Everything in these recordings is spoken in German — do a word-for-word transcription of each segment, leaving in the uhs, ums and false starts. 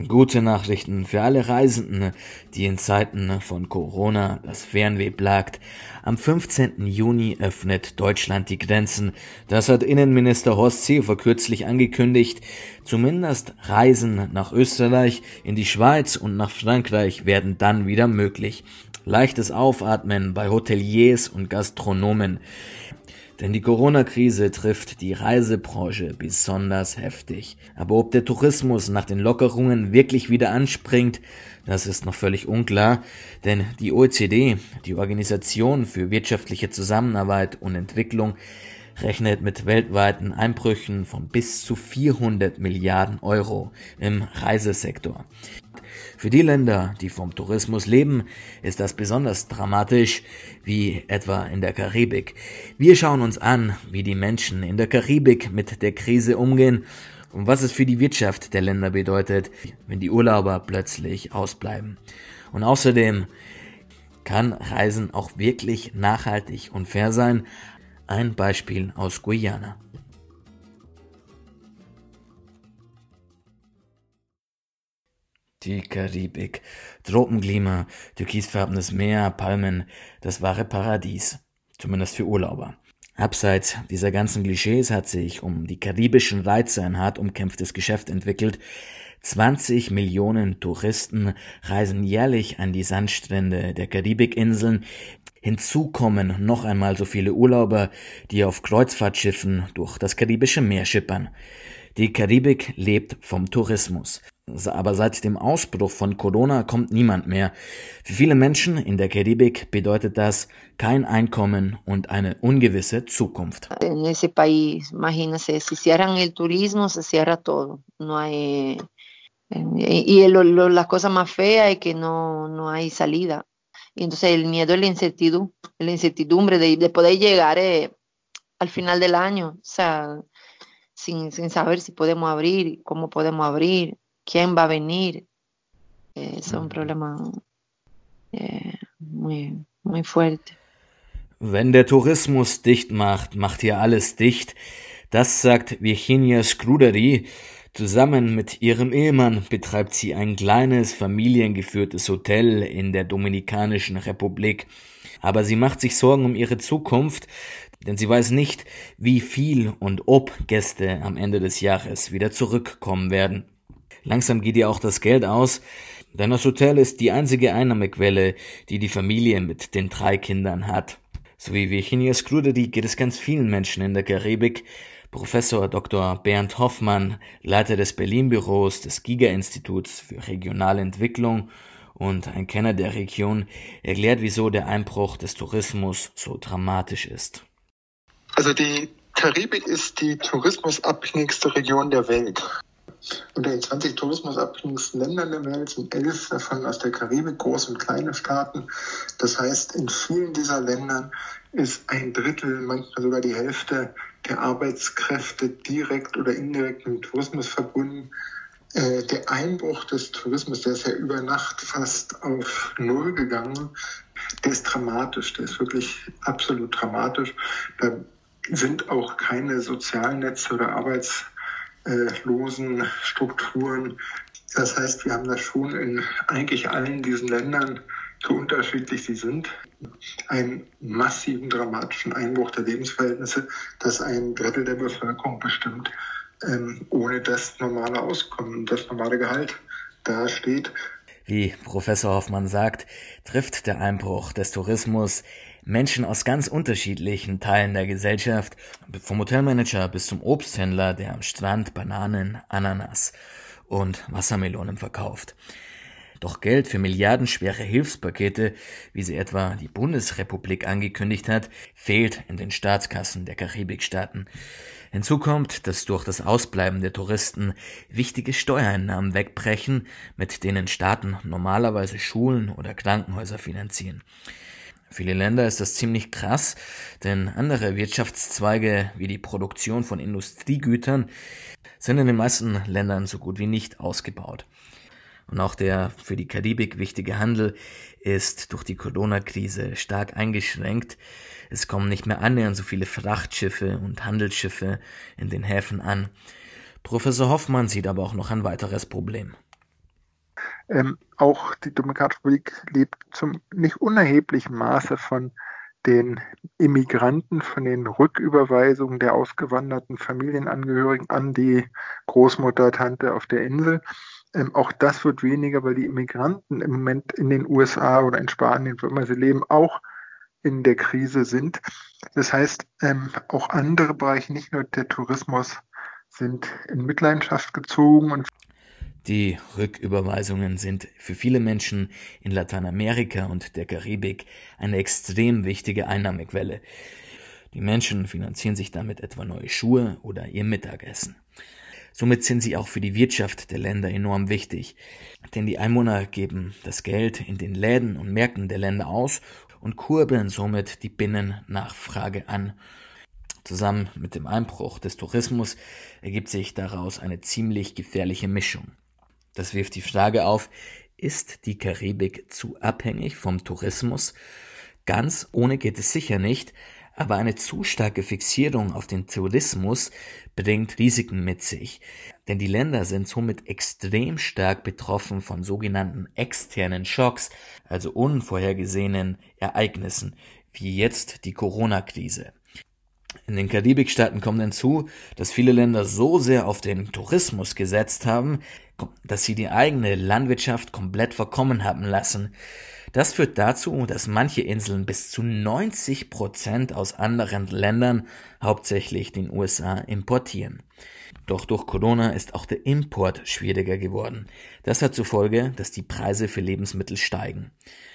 Gute Nachrichten für alle Reisenden, die in Zeiten von Corona das Fernweh plagt. Am fünfzehnten Juni öffnet Deutschland die Grenzen. Das hat Innenminister Horst Seehofer kürzlich angekündigt. Zumindest Reisen nach Österreich, in die Schweiz und nach Frankreich werden dann wieder möglich. Leichtes Aufatmen bei Hoteliers und Gastronomen. Denn die Corona-Krise trifft die Reisebranche besonders heftig. Aber ob der Tourismus nach den Lockerungen wirklich wieder anspringt, das ist noch völlig unklar. Denn die O E C D, die Organisation für wirtschaftliche Zusammenarbeit und Entwicklung, rechnet mit weltweiten Einbrüchen von bis zu vierhundert Milliarden Euro im Reisesektor. Für die Länder, die vom Tourismus leben, ist das besonders dramatisch, wie etwa in der Karibik. Wir schauen uns an, wie die Menschen in der Karibik mit der Krise umgehen und was es für die Wirtschaft der Länder bedeutet, wenn die Urlauber plötzlich ausbleiben. Und außerdem kann Reisen auch wirklich nachhaltig und fair sein. Ein Beispiel aus Guyana. Die Karibik. Tropenklima, türkisfarbenes Meer, Palmen, das wahre Paradies. Zumindest für Urlauber. Abseits dieser ganzen Klischees hat sich um die karibischen Reize ein hart umkämpftes Geschäft entwickelt. zwanzig Millionen Touristen reisen jährlich an die Sandstrände der Karibikinseln. Hinzu kommen noch einmal so viele Urlauber, die auf Kreuzfahrtschiffen durch das karibische Meer schippern. Die Karibik lebt vom Tourismus. Aber seit dem Ausbruch von Corona kommt niemand mehr. Für viele Menschen in der Karibik bedeutet das kein Einkommen und eine ungewisse Zukunft. En ese país, imagínese, si cierran el turismo, se cierra todo. No hay, y lo, lo, la cosa más fea es que no, no hay salida. Y entonces el miedo es la incertidumbre, la incertidumbre de, de poder llegar eh, al final del año, o sea, sin, sin saber si podemos abrir, cómo podemos abrir. ¿Quién va a venir? Eh, es un problema eh, muy, muy fuerte. Wenn der Tourismus dicht macht, macht hier alles dicht. Das sagt Virginia Scuderi. Zusammen mit ihrem Ehemann betreibt sie ein kleines, familiengeführtes Hotel in der Dominikanischen Republik. Aber sie macht sich Sorgen um ihre Zukunft, denn sie weiß nicht, wie viel und ob Gäste am Ende des Jahres wieder zurückkommen werden. Langsam geht ihr auch das Geld aus, denn das Hotel ist die einzige Einnahmequelle, die die Familie mit den drei Kindern hat. So wie Virginia Scuderi geht es ganz vielen Menschen in der Karibik. Professor Doktor Bernd Hoffmann, Leiter des Berlin-Büros des Giga-Instituts für regionale Entwicklung und ein Kenner der Region, erklärt, wieso der Einbruch des Tourismus so dramatisch ist. Also die Karibik ist die tourismusabhängigste Region der Welt. Unter den zwanzig tourismusabhängigsten Ländern der Welt sind elf davon aus der Karibik, große und kleine Staaten. Das heißt, in vielen dieser Ländern ist ein Drittel, manchmal sogar die Hälfte der Arbeitskräfte direkt oder indirekt mit dem Tourismus verbunden. Äh, der Einbruch des Tourismus, der ist ja über Nacht fast auf Null gegangen, der ist dramatisch, der ist wirklich absolut dramatisch. Da sind auch keine Sozialnetze oder Arbeits losen Strukturen. Das heißt, wir haben das schon in eigentlich allen diesen Ländern, so unterschiedlich sie sind, einen massiven dramatischen Einbruch der Lebensverhältnisse, das ein Drittel der Bevölkerung bestimmt, ähm, ohne das normale Auskommen, das normale Gehalt dasteht. Wie Professor Hoffmann sagt, trifft der Einbruch des Tourismus Menschen aus ganz unterschiedlichen Teilen der Gesellschaft, vom Hotelmanager bis zum Obsthändler, der am Strand Bananen, Ananas und Wassermelonen verkauft. Doch Geld für milliardenschwere Hilfspakete, wie sie etwa die Bundesrepublik angekündigt hat, fehlt in den Staatskassen der Karibikstaaten. Hinzu kommt, dass durch das Ausbleiben der Touristen wichtige Steuereinnahmen wegbrechen, mit denen Staaten normalerweise Schulen oder Krankenhäuser finanzieren. Für viele Länder ist das ziemlich krass, denn andere Wirtschaftszweige wie die Produktion von Industriegütern sind in den meisten Ländern so gut wie nicht ausgebaut. Und auch der für die Karibik wichtige Handel ist durch die Corona-Krise stark eingeschränkt. Es kommen nicht mehr annähernd so viele Frachtschiffe und Handelsschiffe in den Häfen an. Professor Hoffmann sieht aber auch noch ein weiteres Problem. Ähm, auch die Dominikanische Republik lebt zum nicht unerheblichen Maße von den Immigranten, von den Rücküberweisungen der ausgewanderten Familienangehörigen an die Großmutter, Tante auf der Insel. Ähm, auch das wird weniger, weil die Immigranten im Moment in den U S A oder in Spanien, wo immer sie leben, auch in der Krise sind. Das heißt, ähm, auch andere Bereiche, nicht nur der Tourismus, sind in Mitleidenschaft gezogen. Und die Rücküberweisungen sind für viele Menschen in Lateinamerika und der Karibik eine extrem wichtige Einnahmequelle. Die Menschen finanzieren sich damit etwa neue Schuhe oder ihr Mittagessen. Somit sind sie auch für die Wirtschaft der Länder enorm wichtig, denn die Einwohner geben das Geld in den Läden und Märkten der Länder aus und kurbeln somit die Binnennachfrage an. Zusammen mit dem Einbruch des Tourismus ergibt sich daraus eine ziemlich gefährliche Mischung. Das wirft die Frage auf, ist die Karibik zu abhängig vom Tourismus? Ganz ohne geht es sicher nicht, aber eine zu starke Fixierung auf den Tourismus bringt Risiken mit sich, denn die Länder sind somit extrem stark betroffen von sogenannten externen Schocks, also unvorhergesehenen Ereignissen, wie jetzt die Corona-Krise. In den Karibikstaaten kommt hinzu, dass viele Länder so sehr auf den Tourismus gesetzt haben, dass sie die eigene Landwirtschaft komplett verkommen haben lassen. Das führt dazu, dass manche Inseln bis zu neunzig Prozent aus anderen Ländern, hauptsächlich den U S A, importieren. Doch durch Corona ist auch der Import schwieriger geworden. Das hat zur Folge, dass die Preise für Lebensmittel steigen.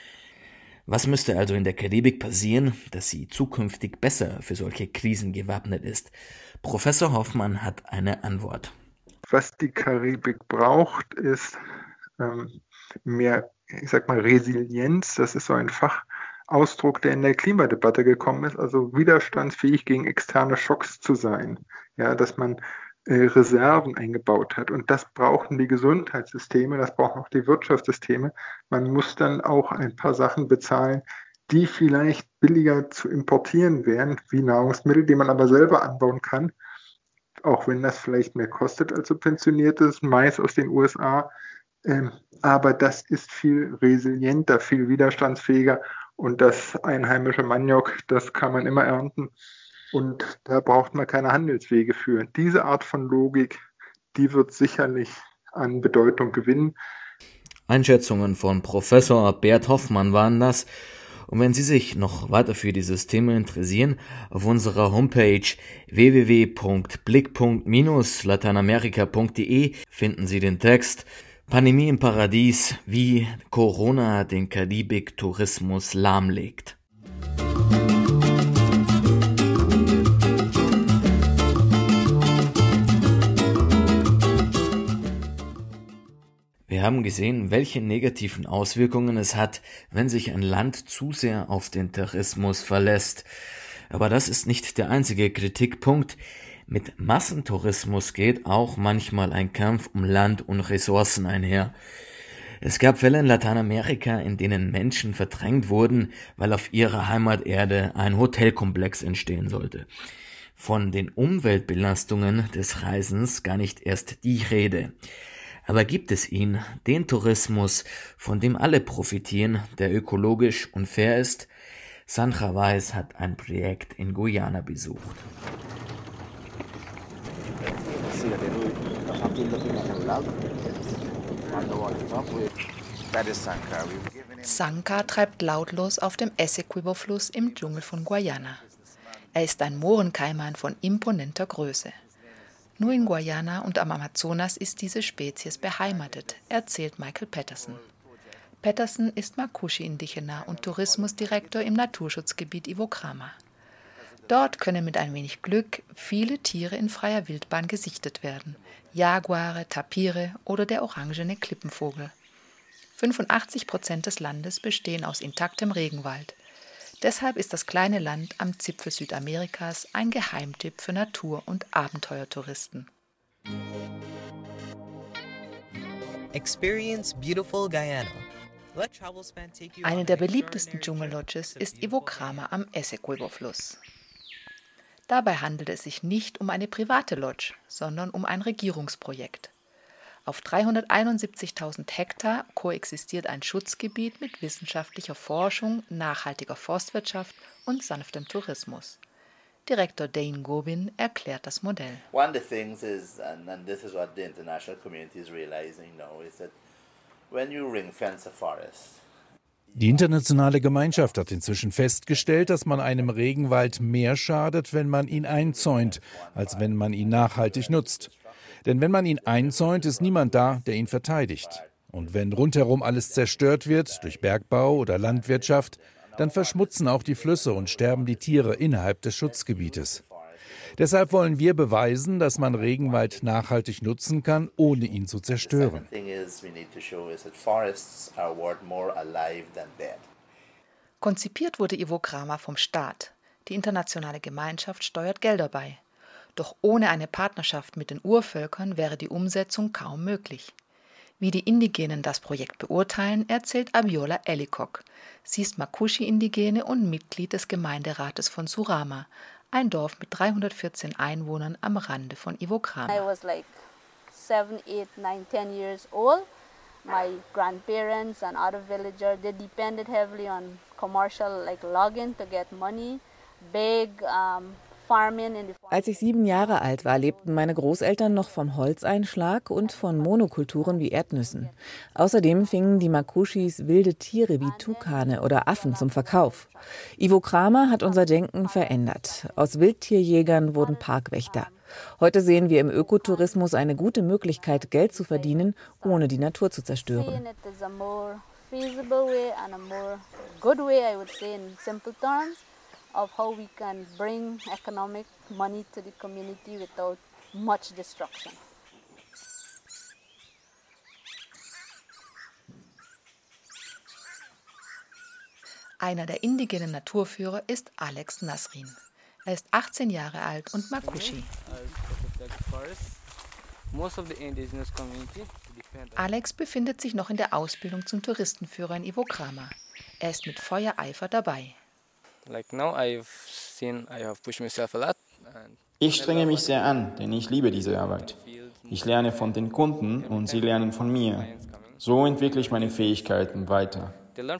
Was müsste also in der Karibik passieren, dass sie zukünftig besser für solche Krisen gewappnet ist? Professor Hoffmann hat eine Antwort. Was die Karibik braucht, ist ähm, mehr, ich sag mal, Resilienz. Das ist so ein Fachausdruck, der in der Klimadebatte gekommen ist, also widerstandsfähig gegen externe Schocks zu sein. Ja, dass man äh, Reserven eingebaut hat. Und das brauchen die Gesundheitssysteme, das brauchen auch die Wirtschaftssysteme. Man muss dann auch ein paar Sachen bezahlen, die vielleicht billiger zu importieren wären, wie Nahrungsmittel, die man aber selber anbauen kann. Auch wenn das vielleicht mehr kostet als subventioniertes Mais aus den U S A. Ähm, aber das ist viel resilienter, viel widerstandsfähiger. Und das einheimische Maniok, das kann man immer ernten. Und da braucht man keine Handelswege für. Diese Art von Logik, die wird sicherlich an Bedeutung gewinnen. Einschätzungen von Professor Bert Hoffmann waren das. Und wenn Sie sich noch weiter für dieses Thema interessieren, auf unserer Homepage w w w punkt blick punkt lateinamerika punkt de finden Sie den Text Pandemie im Paradies, wie Corona den Karibik-Tourismus lahmlegt. Wir haben gesehen, welche negativen Auswirkungen es hat, wenn sich ein Land zu sehr auf den Tourismus verlässt. Aber das ist nicht der einzige Kritikpunkt. Mit Massentourismus geht auch manchmal ein Kampf um Land und Ressourcen einher. Es gab Fälle in Lateinamerika, in denen Menschen verdrängt wurden, weil auf ihrer Heimaterde ein Hotelkomplex entstehen sollte. Von den Umweltbelastungen des Reisens gar nicht erst die Rede. Aber gibt es ihn, den Tourismus, von dem alle profitieren, der ökologisch und fair ist? Sandra Weiß hat ein Projekt in Guyana besucht. Sanka treibt lautlos auf dem Essequibo-Fluss im Dschungel von Guyana. Er ist ein Mohrenkaiman von imponenter Größe. Nur in Guyana und am Amazonas ist diese Spezies beheimatet, erzählt Michael Patterson. Patterson ist Makushi-Indigener und Tourismusdirektor im Naturschutzgebiet Iwokrama. Dort können mit ein wenig Glück viele Tiere in freier Wildbahn gesichtet werden. Jaguare, Tapire oder der orangene Klippenvogel. fünfundachtzig Prozent des Landes bestehen aus intaktem Regenwald. Deshalb ist das kleine Land am Zipfel Südamerikas ein Geheimtipp für Natur- und Abenteuertouristen. Experience beautiful Guyana. Let Travelspan take you Eine on der an beliebtesten extraordinary Dschungellodges trip to ist this beautiful Iwokrama am Essequibo-Fluss. Dabei handelt es sich nicht um eine private Lodge, sondern um ein Regierungsprojekt. Auf dreihunderteinundsiebzigtausend Hektar koexistiert ein Schutzgebiet mit wissenschaftlicher Forschung, nachhaltiger Forstwirtschaft und sanftem Tourismus. Direktor Dane Gobin erklärt das Modell. One of the things is, and, and this is what the international community is realizing now, is that when you ring fence a forest, die internationale Gemeinschaft hat inzwischen festgestellt, dass man einem Regenwald mehr schadet, wenn man ihn einzäunt, als wenn man ihn nachhaltig nutzt. Denn wenn man ihn einzäunt, ist niemand da, der ihn verteidigt. Und wenn rundherum alles zerstört wird, durch Bergbau oder Landwirtschaft, dann verschmutzen auch die Flüsse und sterben die Tiere innerhalb des Schutzgebietes. Deshalb wollen wir beweisen, dass man Regenwald nachhaltig nutzen kann, ohne ihn zu zerstören. Konzipiert wurde Ivokrama vom Staat. Die internationale Gemeinschaft steuert Gelder bei. Doch ohne eine Partnerschaft mit den Urvölkern wäre die Umsetzung kaum möglich. Wie die Indigenen das Projekt beurteilen, erzählt Abiola Ellicott. Sie ist Makushi-Indigene und Mitglied des Gemeinderates von Surama, ein Dorf mit dreihundertvierzehn Einwohnern am Rande von Ivokrama. I was like seven, eight, nine, ten years old. My grandparents and other villagers, they depended heavily on commercial like logging to get money, big um, farming in the. Als ich sieben Jahre alt war, lebten meine Großeltern noch vom Holzeinschlag und von Monokulturen wie Erdnüssen. Außerdem fingen die Makushis wilde Tiere wie Tukane oder Affen zum Verkauf. Ivokrama hat unser Denken verändert. Aus Wildtierjägern wurden Parkwächter. Heute sehen wir im Ökotourismus eine gute Möglichkeit, Geld zu verdienen, ohne die Natur zu zerstören. Of how we can bring economic money to the community without much destruction. Einer der indigenen Naturführer ist Alex Nasrin. Er ist achtzehn Jahre alt und Makushi. Alex befindet sich noch in der Ausbildung zum Touristenführer in Ivokrama. Er ist mit Feuereifer dabei. Ich strenge mich sehr an, denn ich liebe diese Arbeit. Ich lerne von den Kunden und sie lernen von mir. So entwickle ich meine Fähigkeiten weiter.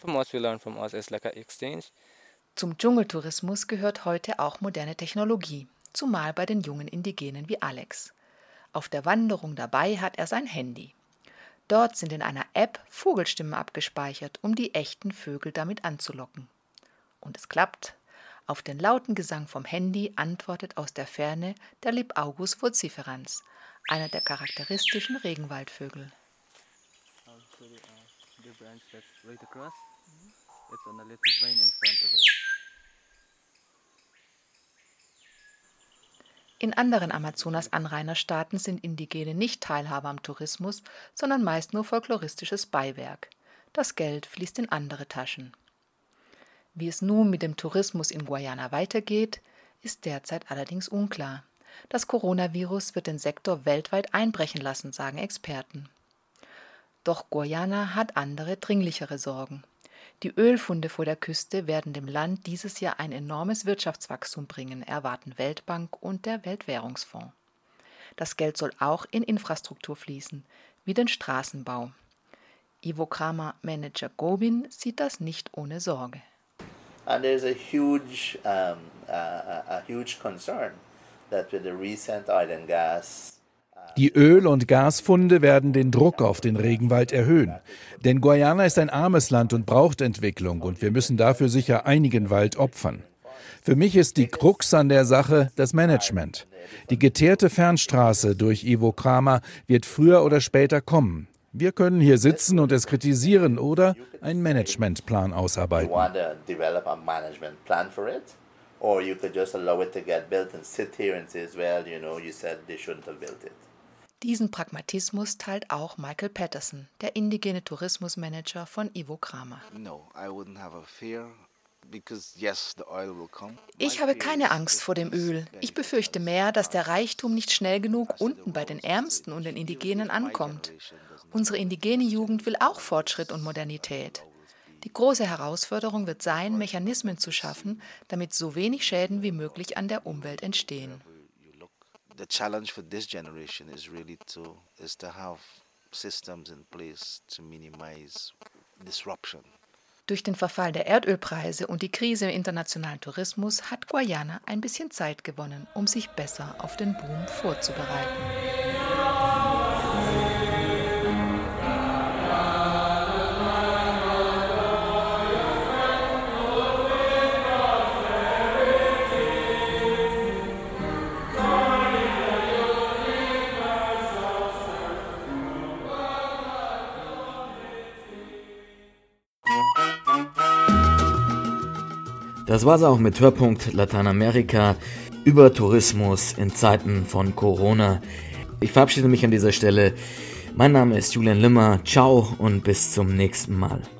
Zum Dschungeltourismus gehört heute auch moderne Technologie, zumal bei den jungen Indigenen wie Alex. Auf der Wanderung dabei hat er sein Handy. Dort sind in einer App Vogelstimmen abgespeichert, um die echten Vögel damit anzulocken. Und es klappt. Auf den lauten Gesang vom Handy antwortet aus der Ferne der Libaugus vociferans, einer der charakteristischen Regenwaldvögel. In anderen Amazonas-Anrainerstaaten sind Indigene nicht Teilhaber am Tourismus, sondern meist nur folkloristisches Beiwerk. Das Geld fließt in andere Taschen. Wie es nun mit dem Tourismus in Guyana weitergeht, ist derzeit allerdings unklar. Das Coronavirus wird den Sektor weltweit einbrechen lassen, sagen Experten. Doch Guyana hat andere, dringlichere Sorgen. Die Ölfunde vor der Küste werden dem Land dieses Jahr ein enormes Wirtschaftswachstum bringen, erwarten Weltbank und der Weltwährungsfonds. Das Geld soll auch in Infrastruktur fließen, wie den Straßenbau. Ivokrama-Manager Gobin sieht das nicht ohne Sorge. And there's a huge, um, uh, a huge concern that with the recent oil and gas. Die Öl- und Gasfunde werden den Druck auf den Regenwald erhöhen. Denn Guyana ist ein armes Land und braucht Entwicklung und wir müssen dafür sicher einigen Wald opfern. Für mich ist die Krux an der Sache das Management. Die geteerte Fernstraße durch Ivokrama wird früher oder später kommen. Wir können hier sitzen und es kritisieren oder einen Managementplan ausarbeiten. Diesen Pragmatismus teilt auch Michael Patterson, der indigene Tourismusmanager von Ivokrama. Ich habe keine Angst vor dem Öl. Ich befürchte mehr, dass der Reichtum nicht schnell genug unten bei den Ärmsten und den Indigenen ankommt. Unsere indigene Jugend will auch Fortschritt und Modernität. Die große Herausforderung wird sein, Mechanismen zu schaffen, damit so wenig Schäden wie möglich an der Umwelt entstehen. The challenge for this generation is really to is to have systems in place to minimize disruption. Durch den Verfall der Erdölpreise und die Krise im internationalen Tourismus hat Guyana ein bisschen Zeit gewonnen, um sich besser auf den Boom vorzubereiten. Das war's auch mit Hörpunkt Lateinamerika über Tourismus in Zeiten von Corona. Ich verabschiede mich an dieser Stelle. Mein Name ist Julian Limmer. Ciao und bis zum nächsten Mal.